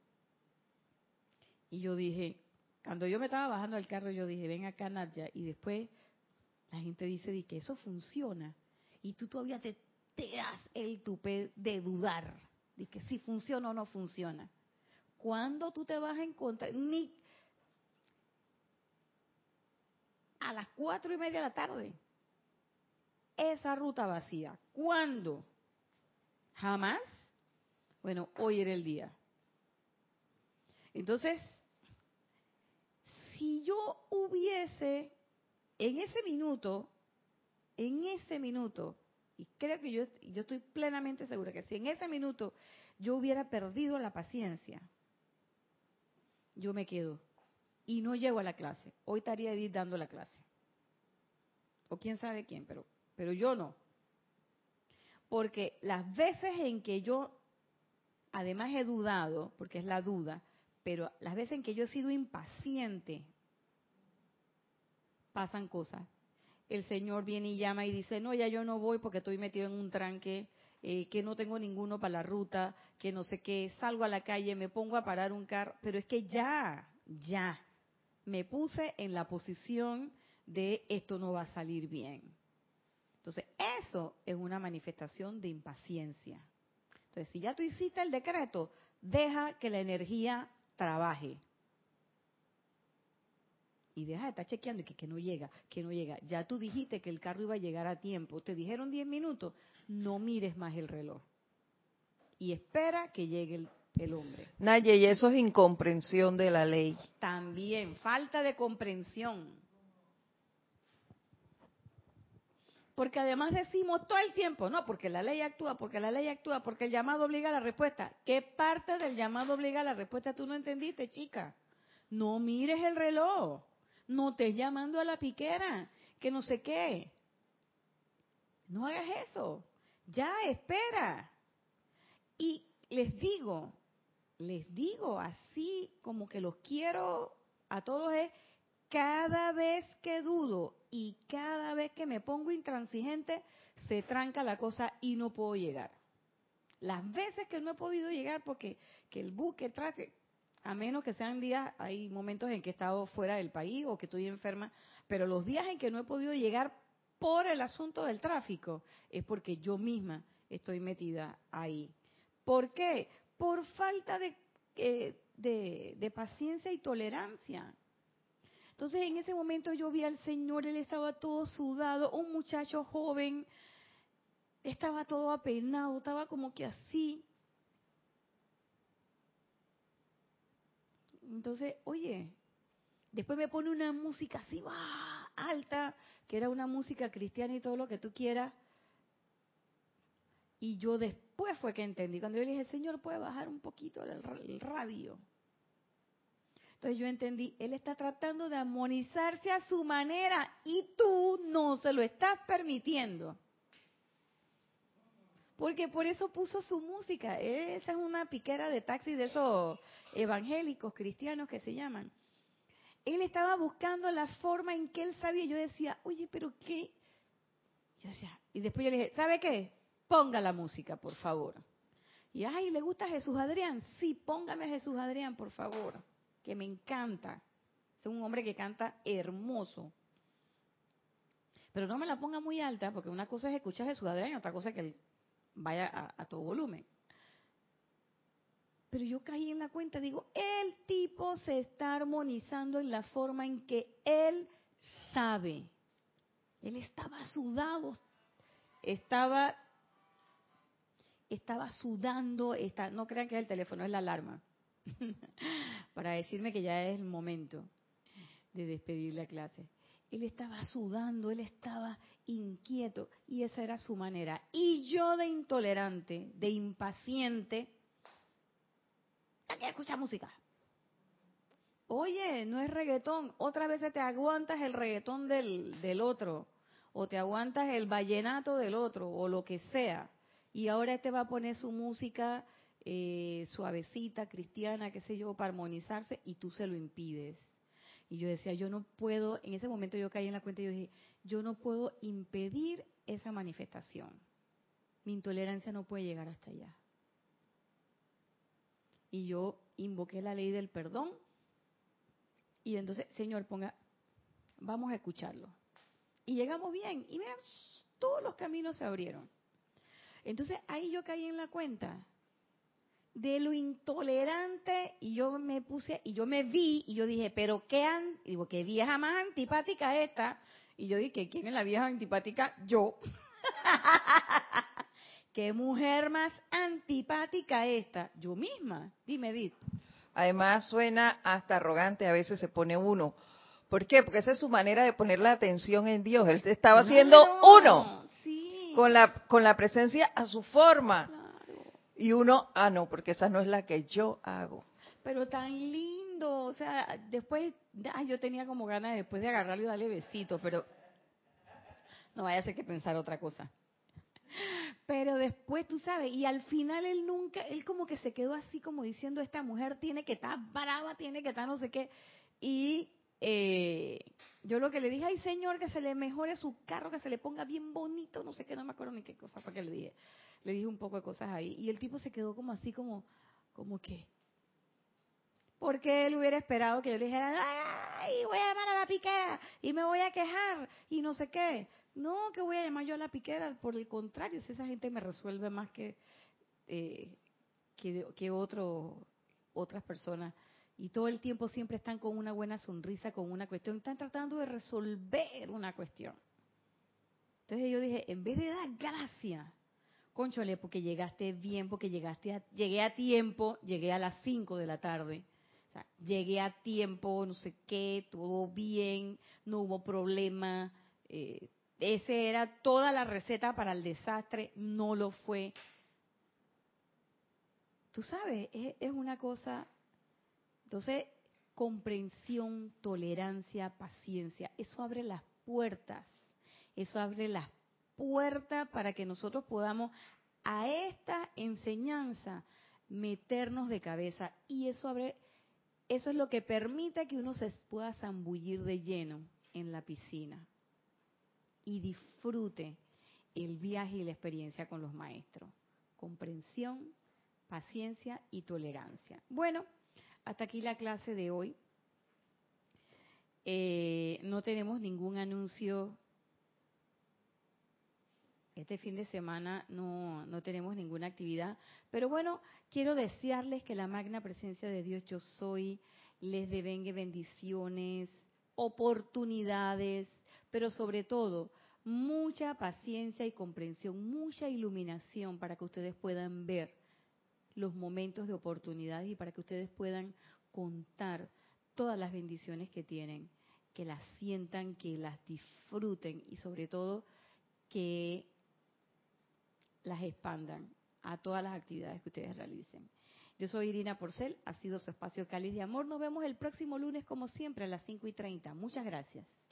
y yo dije, cuando yo me estaba bajando del carro, yo dije, ven acá, Nadia, y después la gente dice que eso funciona, y tú todavía te das el tupé de dudar, de que si funciona o no funciona. ¿Cuándo tú te vas a encontrar? Ni a las 4:30 de la tarde. Esa ruta vacía. ¿Cuándo? ¿Jamás? Bueno, hoy era el día. Entonces, si yo hubiese, en ese minuto, y creo que yo estoy plenamente segura que si en ese minuto yo hubiera perdido la paciencia, yo me quedo y no llego a la clase. Hoy estaría Edith dando la clase. O quién sabe quién, pero yo no. Porque las veces en que yo, además he dudado, porque es la duda, pero las veces en que yo he sido impaciente, pasan cosas. El Señor viene y llama y dice, no, ya yo no voy porque estoy metido en un tranque, que no tengo ninguno para la ruta, que no sé qué, salgo a la calle, me pongo a parar un carro, pero es que ya, me puse en la posición de esto no va a salir bien. Entonces, eso es una manifestación de impaciencia. Entonces, si ya tú hiciste el decreto, deja que la energía trabaje. Y deja de estar chequeando y que no llega, que no llega. Ya tú dijiste que el carro iba a llegar a tiempo. Te dijeron 10 minutos. No mires más el reloj. Y espera que llegue el hombre. Naye, y eso es incomprensión de la ley. También, falta de comprensión. Porque además decimos todo el tiempo, no, porque la ley actúa, porque el llamado obliga a la respuesta. ¿Qué parte del llamado obliga a la respuesta tú no entendiste, chica? No mires el reloj. No estés llamando a la piquera, que no sé qué. No hagas eso. Ya, espera. Y les digo así como que los quiero a todos es, cada vez que dudo y cada vez que me pongo intransigente, se tranca la cosa y no puedo llegar. Las veces que no he podido llegar porque que el bus, que el tráfico, a menos que sean días, hay momentos en que he estado fuera del país o que estoy enferma, pero los días en que no he podido llegar por el asunto del tráfico es porque yo misma estoy metida ahí. ¿Por qué? Por falta de paciencia y tolerancia. Entonces en ese momento yo vi al Señor, Él estaba todo sudado, un muchacho joven, estaba todo apenado, estaba como que así. Entonces, oye, después me pone una música así, ¡bah!, alta, que era una música cristiana y todo lo que tú quieras. Y yo después fue que entendí, cuando yo le dije, Señor, ¿puede bajar un poquito el radio? Entonces yo entendí, Él está tratando de armonizarse a su manera y tú no se lo estás permitiendo. Porque por eso puso su música. Esa es una piquera de taxi de esos evangélicos cristianos que se llaman. Él estaba buscando la forma en que él sabía. Yo decía, oye, pero qué. Yo decía, y después yo le dije, ¿sabe qué? Ponga la música, por favor. Y, ay, ¿le gusta Jesús Adrián? Sí, póngame a Jesús Adrián, por favor, que me encanta. Es un hombre que canta hermoso. Pero no me la ponga muy alta, porque una cosa es escuchar a Jesús Adrián y otra cosa es que él vaya a todo volumen. Pero yo caí en la cuenta, digo, el tipo se está armonizando en la forma en que él sabe. Él estaba sudado, estaba sudando, no crean que es el teléfono, es la alarma, para decirme que ya es el momento de despedir la clase. Él estaba sudando, él estaba inquieto, y esa era su manera. Y yo de intolerante, de impaciente, hay que escuchar música. Oye, no es reggaetón. Otras veces te aguantas el reggaetón del otro, o te aguantas el vallenato del otro, o lo que sea. Y ahora este va a poner su música suavecita, cristiana, qué sé yo, para armonizarse, y tú se lo impides. Y yo decía, yo no puedo, en ese momento yo caí en la cuenta y yo dije, yo no puedo impedir esa manifestación. Mi intolerancia no puede llegar hasta allá. Y yo invoqué la ley del perdón. Y entonces, Señor, vamos a escucharlo. Y llegamos bien. Y mira, todos los caminos se abrieron. Entonces, ahí yo caí en la cuenta de lo intolerante. Y yo me puse, y yo me vi, y yo dije, pero digo, qué vieja más antipática esta. Y yo dije, ¿quién es la vieja antipática? Yo. ¿Qué mujer más antipática esta? Yo misma. Dime, Edith. Además suena hasta arrogante, a veces se pone uno. ¿Por qué? Porque esa es su manera de poner la atención en Dios. Él estaba haciendo uno, sí, con la presencia a su forma. Claro. Y uno, no, porque esa no es la que yo hago. Pero tan lindo, o sea, después, yo tenía como ganas después de agarrarle y darle besitos, pero no vaya a ser que pensar otra cosa. Pero después, tú sabes, y al final él como que se quedó así como diciendo, esta mujer tiene que estar brava, tiene que estar no sé qué. Y yo lo que le dije, ay Señor, que se le mejore su carro, que se le ponga bien bonito, no sé qué, no me acuerdo ni qué cosa fue que le dije. Le dije un poco de cosas ahí. Y el tipo se quedó como así, como que, porque él hubiera esperado que yo le dijera, ay, voy a llamar a la piquera y me voy a quejar y no sé qué. No, que voy a llamar yo a la piquera, por el contrario, si esa gente me resuelve más que otras personas. Y todo el tiempo siempre están con una buena sonrisa, con una cuestión, están tratando de resolver una cuestión. Entonces yo dije, en vez de dar gracias, cónchole, porque llegaste bien, porque llegué a tiempo, llegué a las 5 de la tarde. O sea, llegué a tiempo, no sé qué, todo bien, no hubo problema. Ese era toda la receta para el desastre, no lo fue. Tú sabes, es una cosa. Entonces, comprensión, tolerancia, paciencia, eso abre las puertas. Eso abre las puertas para que nosotros podamos a esta enseñanza meternos de cabeza. Y eso es lo que permite que uno se pueda zambullir de lleno en la piscina y disfrute el viaje y la experiencia con los maestros, comprensión, paciencia y tolerancia. Bueno, hasta aquí la clase de hoy. No tenemos ningún anuncio. Este fin de semana no tenemos ninguna actividad. Pero bueno, quiero desearles que la magna presencia de Dios Yo Soy les devengue bendiciones, oportunidades, pero sobre todo mucha paciencia y comprensión, mucha iluminación para que ustedes puedan ver los momentos de oportunidades y para que ustedes puedan contar todas las bendiciones que tienen, que las sientan, que las disfruten y sobre todo que las expandan a todas las actividades que ustedes realicen. Yo soy Irina Porcel, ha sido su espacio Cáliz de Amor. Nos vemos el próximo lunes como siempre a las 5:30. Muchas gracias.